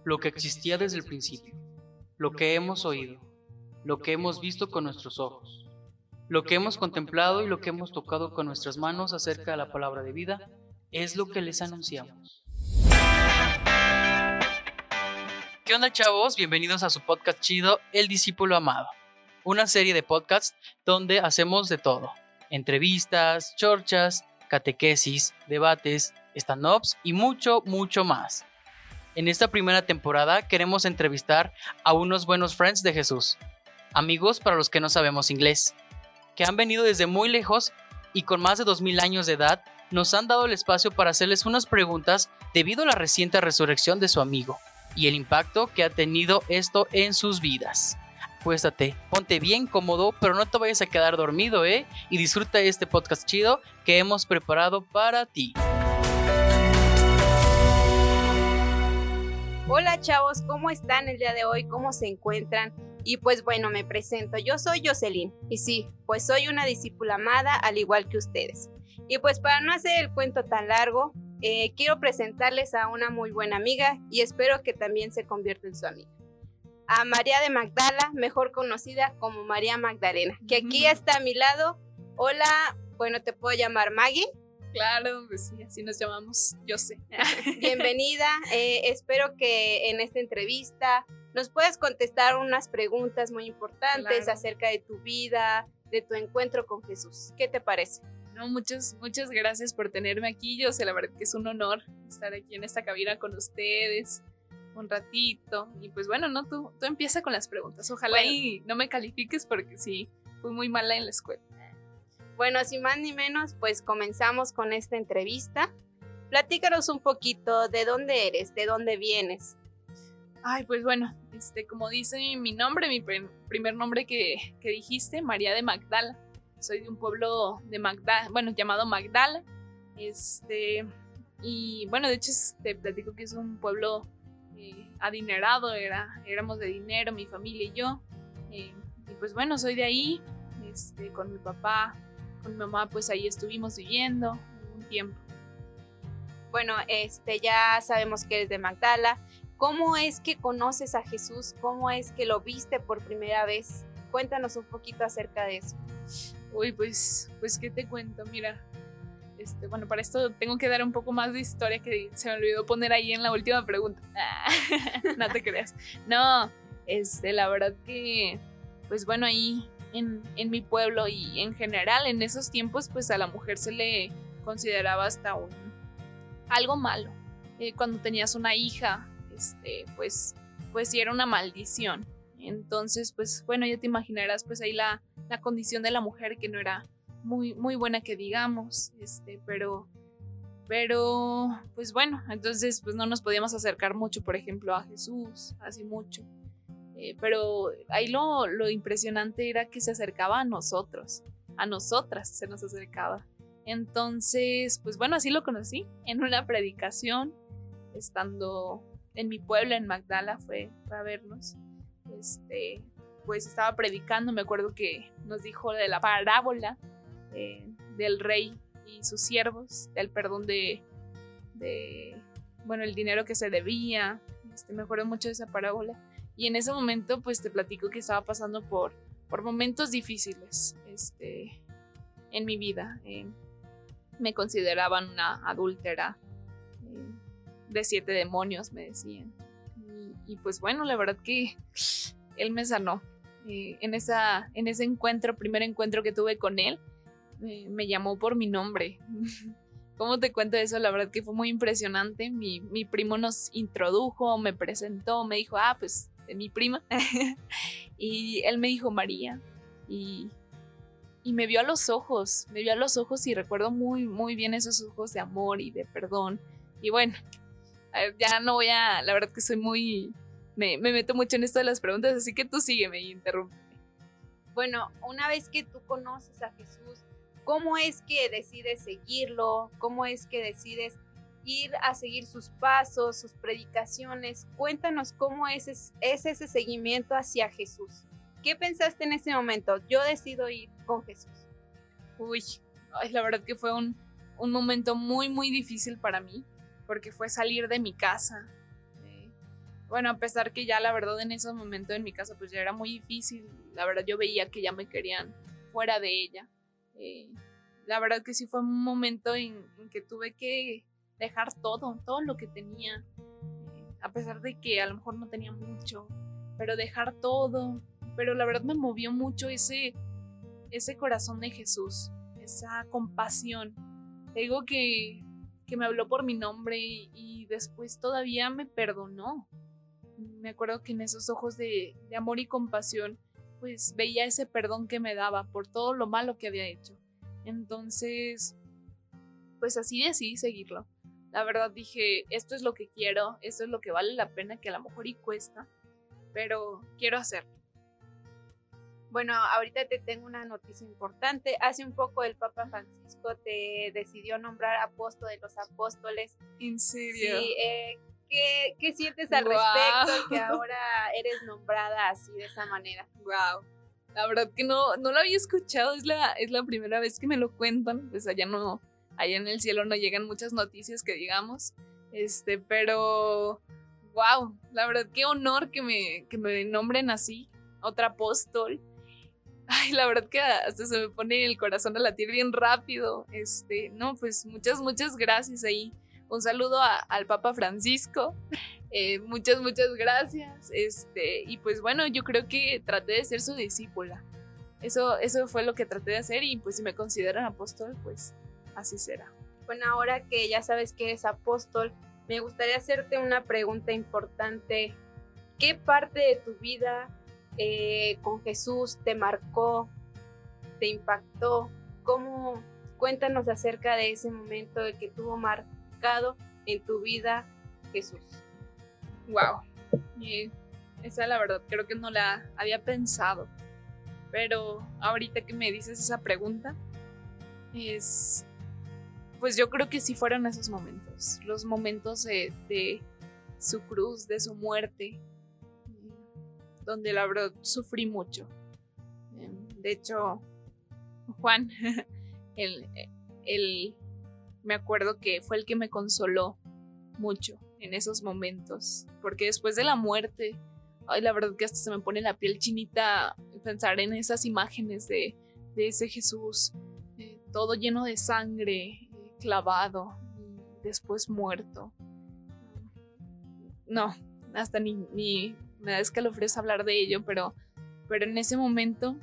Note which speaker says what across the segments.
Speaker 1: lo que existía desde el principio, lo que hemos oído, lo que hemos visto con nuestros ojos, lo que hemos contemplado y lo que hemos tocado con nuestras manos acerca de la palabra de vida, es lo que les anunciamos. ¿Qué onda, chavos? Bienvenidos a su podcast chido, El Discípulo Amado. Una serie de podcasts donde hacemos de todo. Entrevistas, chorchas, catequesis, debates, stand-ups y mucho, mucho más. En esta primera temporada queremos entrevistar a unos buenos friends de Jesús, amigos para los que no sabemos inglés, que han venido desde muy lejos y con más de 2000 años de edad nos han dado el espacio para hacerles unas preguntas debido a la reciente resurrección de su amigo y el impacto que ha tenido esto en sus vidas. Acuéstate, ponte bien cómodo, pero no te vayas a quedar dormido, y disfruta este podcast chido que hemos preparado para ti.
Speaker 2: Hola chavos, ¿cómo están el día de hoy? ¿Cómo se encuentran? Y pues bueno, me presento, yo soy Jocelyn y sí, pues soy una discípula amada al igual que ustedes. Y pues para no hacer el cuento tan largo, quiero presentarles a una muy buena amiga y espero que también se convierta en su amiga. A María de Magdala, mejor conocida como María Magdalena, que aquí está a mi lado. Hola, bueno, ¿te puedo llamar Maggie?
Speaker 3: Claro, pues sí, así nos llamamos, yo sé.
Speaker 2: Bienvenida, espero que en esta entrevista nos puedas contestar unas preguntas muy importantes acerca de tu vida, de tu encuentro con Jesús. ¿Qué te parece?
Speaker 3: No, muchas gracias por tenerme aquí. Yo sé, la verdad que es un honor estar aquí en esta cabina con ustedes un ratito. Y pues bueno, no, tú empieza con las preguntas. Ojalá y no me califiques porque sí, fui muy mala en la escuela.
Speaker 2: Bueno, sin más ni menos, pues comenzamos con esta entrevista. Platícanos un poquito de dónde eres, de dónde vienes.
Speaker 3: Ay, pues bueno, como dice mi nombre, mi primer nombre que dijiste, María de Magdala. Soy de un pueblo de Magdala, bueno, llamado Magdala. Y bueno, de hecho te platico que es un pueblo adinerado, éramos de dinero, mi familia y yo. Y pues bueno, soy de ahí, con mi papá, con mi mamá, pues ahí estuvimos viviendo un tiempo.
Speaker 2: Bueno, ya sabemos que eres de Magdala. ¿Cómo es que conoces a Jesús? ¿Cómo es que lo viste por primera vez? Cuéntanos un poquito acerca de eso.
Speaker 3: Uy, pues ¿qué te cuento? Mira, bueno, para esto tengo que dar un poco más de historia que se me olvidó poner ahí en la última pregunta. No te creas. No, la verdad que, pues bueno, ahí en mi pueblo y en general en esos tiempos, pues a la mujer se le consideraba hasta algo malo. Cuando tenías una hija, pues sí era una maldición. Entonces, pues bueno, ya te imaginarás pues ahí la condición de la mujer, que no era muy, muy buena que digamos, pero pues bueno, entonces pues no nos podíamos acercar mucho, por ejemplo, a Jesús, así mucho. Pero ahí lo impresionante era que se acercaba a nosotros, a nosotras se nos acercaba. Entonces, pues bueno, así lo conocí en una predicación, estando en mi pueblo, en Magdala, fue a vernos. Pues estaba predicando, me acuerdo que nos dijo de la parábola del rey y sus siervos, del perdón de bueno, el dinero que se debía. Me acuerdo mucho de esa parábola. Y en ese momento, pues te platico que estaba pasando por momentos difíciles en mi vida. Me consideraban una adúltera, de 7 demonios, me decían. Y pues bueno, la verdad que él me sanó. En ese encuentro, primer encuentro que tuve con él, me llamó por mi nombre. ¿Cómo te cuento eso? La verdad que fue muy impresionante. Mi primo nos introdujo, me presentó, me dijo, pues de mi prima. Y él me dijo María. Y me vio a los ojos y recuerdo muy, muy bien esos ojos de amor y de perdón. Y bueno, ya no voy a, la verdad que soy muy, me meto mucho en esto de las preguntas, así que tú sígueme y interrúmpeme.
Speaker 2: Bueno, una vez que tú conoces a Jesús, ¿cómo es que decides seguirlo? ¿Cómo es que decides ir a seguir sus pasos, sus predicaciones? Cuéntanos cómo es ese seguimiento hacia Jesús. ¿Qué pensaste en ese momento? Yo decido ir con Jesús.
Speaker 3: Uy, la verdad que fue un momento muy, muy difícil para mí, porque fue salir de mi casa. bueno, a pesar que ya la verdad en ese momento en mi casa pues ya era muy difícil, la verdad yo veía que ya me querían fuera de ella. La verdad que sí fue un momento en que tuve que dejar todo lo que tenía, a pesar de que a lo mejor no tenía mucho, pero dejar todo. Pero la verdad me movió mucho ese corazón de Jesús, esa compasión. Te digo que me habló por mi nombre y después todavía me perdonó. Me acuerdo que en esos ojos de amor y compasión pues veía ese perdón que me daba por todo lo malo que había hecho. Entonces pues así decidí seguirlo. La verdad dije, esto es lo que quiero, esto es lo que vale la pena, que a lo mejor y cuesta, pero quiero hacerlo.
Speaker 2: Bueno, ahorita te tengo una noticia importante. Hace un poco el Papa Francisco te decidió nombrar apóstol de los apóstoles.
Speaker 3: ¿En serio?
Speaker 2: Sí, ¿qué sientes al respecto que ahora eres nombrada así, de esa manera?
Speaker 3: Wow. La verdad que no lo había escuchado, es la primera vez que me lo cuentan. Pues allá en el cielo no llegan muchas noticias que digamos. Pero wow, la verdad qué honor que me nombren así, otra apóstol. Ay, la verdad que hasta se me pone el corazón a latir bien rápido. No, pues muchas gracias ahí. Un saludo al Papa Francisco. Muchas gracias. Y pues bueno, yo creo que traté de ser su discípula. Eso fue lo que traté de hacer y pues si me consideran apóstol, pues así será.
Speaker 2: Bueno, ahora que ya sabes que eres apóstol, me gustaría hacerte una pregunta importante. ¿Qué parte de tu vida con Jesús te marcó, te impactó? Cuéntanos acerca de ese momento de que tuvo marcado en tu vida Jesús.
Speaker 3: Wow, esa la verdad creo que no la había pensado, pero ahorita que me dices esa pregunta, pues yo creo que sí fueron esos momentos, los momentos de su cruz, de su muerte, donde la verdad sufrí mucho. De hecho, Juan, él me acuerdo que fue el que me consoló mucho en esos momentos, porque después de la muerte, ay, la verdad que hasta se me pone la piel chinita pensar en esas imágenes de ese Jesús, todo lleno de sangre, clavado, y después muerto. No, hasta ni me da escalofríos hablar de ello, pero en ese momento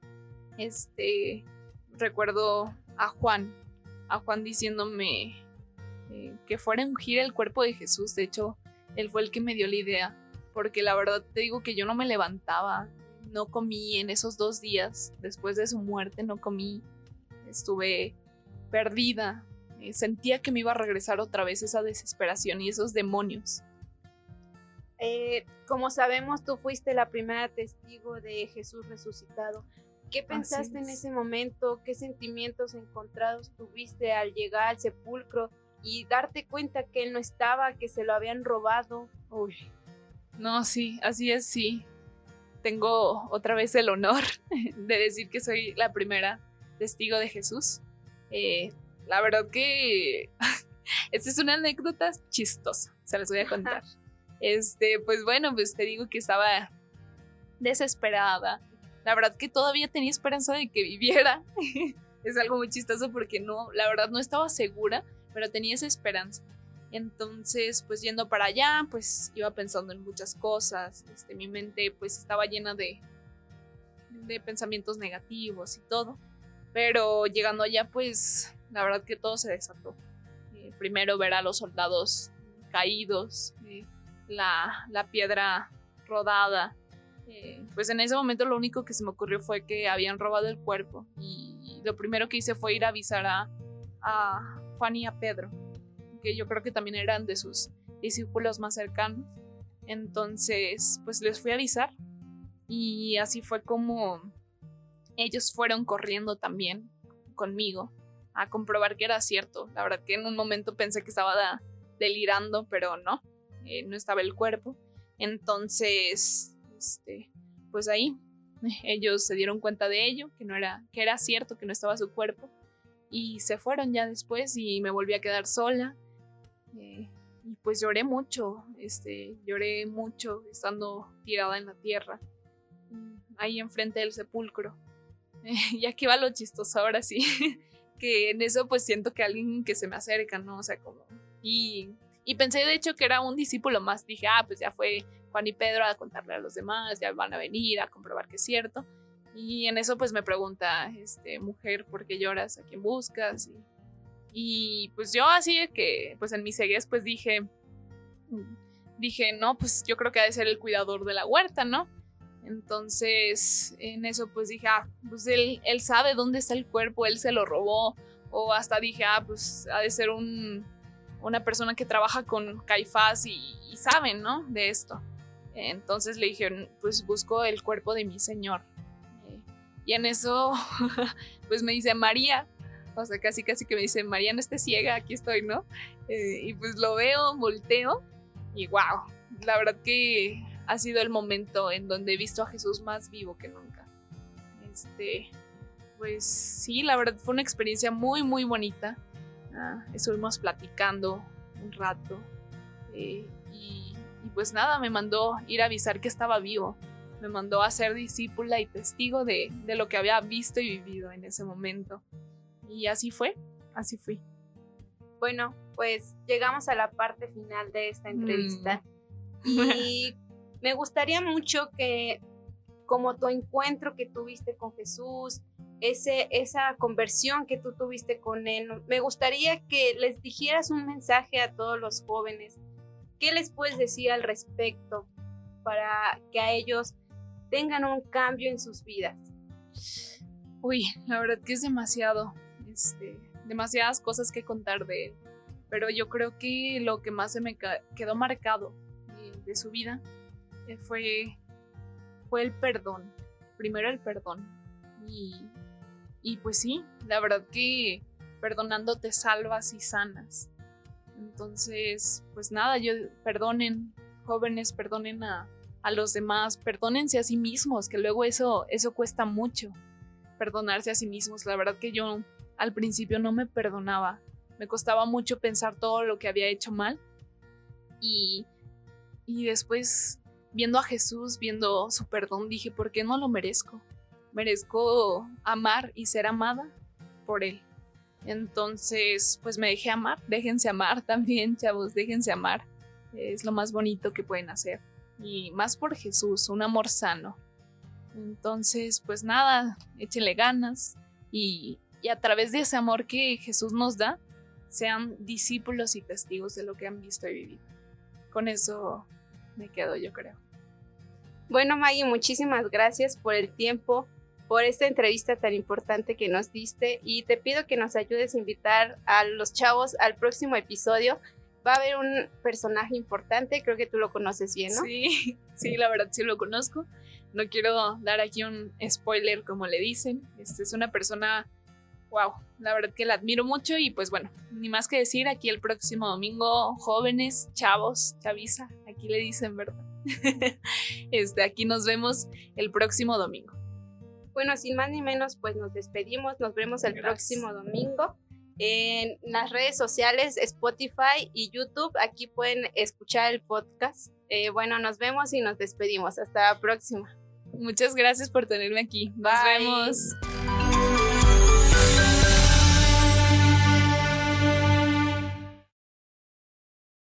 Speaker 3: recuerdo a Juan diciéndome que fuera a ungir el cuerpo de Jesús. De hecho, él fue el que me dio la idea, porque la verdad te digo que yo no me levantaba, no comí en esos 2 días, después de su muerte no comí, estuve perdida, sentía que me iba a regresar otra vez esa desesperación y esos demonios.
Speaker 2: Como sabemos, tú fuiste la primera testigo de Jesús resucitado. ¿Qué pensaste en ese momento? ¿Qué sentimientos encontrados tuviste al llegar al sepulcro y darte cuenta que él no estaba, que se lo habían robado?
Speaker 3: Uy, no, sí, así es, sí. Tengo otra vez el honor de decir que soy la primera testigo de Jesús. La verdad que esta es una anécdota chistosa, se las voy a contar. Pues bueno, pues te digo que estaba desesperada. La verdad que todavía tenía esperanza de que viviera. Es algo muy chistoso porque no, la verdad no estaba segura, pero tenía esa esperanza. Entonces, pues yendo para allá, pues iba pensando en muchas cosas. Mi mente pues estaba llena de pensamientos negativos y todo. Pero llegando allá, pues la verdad que todo se desató. Primero ver a los soldados caídos, la piedra rodada. Pues en ese momento lo único que se me ocurrió fue que habían robado el cuerpo y lo primero que hice fue ir a avisar a Juan y a Pedro, que yo creo que también eran de sus discípulos más cercanos. Entonces pues les fui a avisar y así fue como ellos fueron corriendo también conmigo a comprobar que era cierto. La verdad que en un momento pensé que estaba delirando, pero no estaba el cuerpo. Entonces pues ahí ellos se dieron cuenta de ello, que era cierto, que no estaba su cuerpo, y se fueron ya después y me volví a quedar sola. pues lloré mucho estando tirada en la tierra, ahí enfrente del sepulcro. Y aquí va lo chistoso ahora sí, que en eso pues siento que alguien que se me acerca, ¿no? O sea, como... Y pensé de hecho que era un discípulo más. Dije, pues ya fue Juan y Pedro a contarle a los demás, ya van a venir a comprobar que es cierto. Y en eso pues me pregunta, mujer, ¿por qué lloras? ¿A quién buscas? Y pues yo así de que, pues en mi ceguez pues dije, no, pues yo creo que ha de ser el cuidador de la huerta, ¿no? Entonces en eso pues dije, pues él sabe dónde está el cuerpo, él se lo robó. O hasta dije, pues ha de ser una persona que trabaja con Caifás y saben, ¿no? De esto. Entonces le dije, pues busco el cuerpo de mi Señor. Y en eso, pues me dice María. O sea, casi que me dice, María, no estés ciega, aquí estoy, ¿no? Y pues lo veo, volteo y wow, la verdad que ha sido el momento en donde he visto a Jesús más vivo que nunca. Pues sí, la verdad fue una experiencia muy, muy bonita. Estuvimos platicando un rato y pues nada, me mandó ir a avisar que estaba vivo. Me mandó a ser discípula y testigo de lo que había visto y vivido en ese momento. Y así fui.
Speaker 2: Bueno, pues llegamos a la parte final de esta entrevista. Y me gustaría mucho que, como tu encuentro que tuviste con Jesús, esa conversión que tú tuviste con Él, me gustaría que les dijeras un mensaje a todos los jóvenes. ¿Qué les puedes decir al respecto para que a ellos tengan un cambio en sus vidas?
Speaker 3: Uy, la verdad que es demasiadas cosas que contar de él, pero yo creo que lo que más se me quedó marcado de su vida fue el perdón. Primero el perdón y pues sí, la verdad que perdonando te salvas y sanas. Entonces pues nada, perdonen, jóvenes, perdonen a los demás, perdónense a sí mismos, que luego eso cuesta mucho, perdonarse a sí mismos. La verdad que yo al principio no me perdonaba, me costaba mucho pensar todo lo que había hecho mal y después viendo a Jesús, viendo su perdón, dije, ¿por qué no lo merezco? Merezco amar y ser amada por Él. Entonces pues me dejé amar. Déjense amar también, chavos, déjense amar, es lo más bonito que pueden hacer. Y más por Jesús, un amor sano. Entonces, pues nada, échenle ganas y a través de ese amor que Jesús nos da, sean discípulos y testigos de lo que han visto y vivido. Con eso me quedo, yo creo.
Speaker 2: Bueno, Maggie, muchísimas gracias por el tiempo, por esta entrevista tan importante que nos diste y te pido que nos ayudes a invitar a los chavos al próximo episodio. Va a haber un personaje importante, creo que tú lo conoces bien, ¿no?
Speaker 3: Sí, la verdad sí lo conozco. No quiero dar aquí un spoiler como le dicen. Es una persona, wow, la verdad que la admiro mucho y pues bueno, ni más que decir, aquí el próximo domingo, jóvenes, chavos, chaviza, aquí le dicen, ¿verdad? Aquí nos vemos el próximo domingo.
Speaker 2: Bueno, sin más ni menos, pues nos despedimos, nos vemos el próximo domingo. En las redes sociales, Spotify y YouTube, aquí pueden escuchar el podcast. Bueno, nos vemos y nos despedimos. Hasta la próxima.
Speaker 3: Muchas gracias por tenerme aquí. Nos vemos.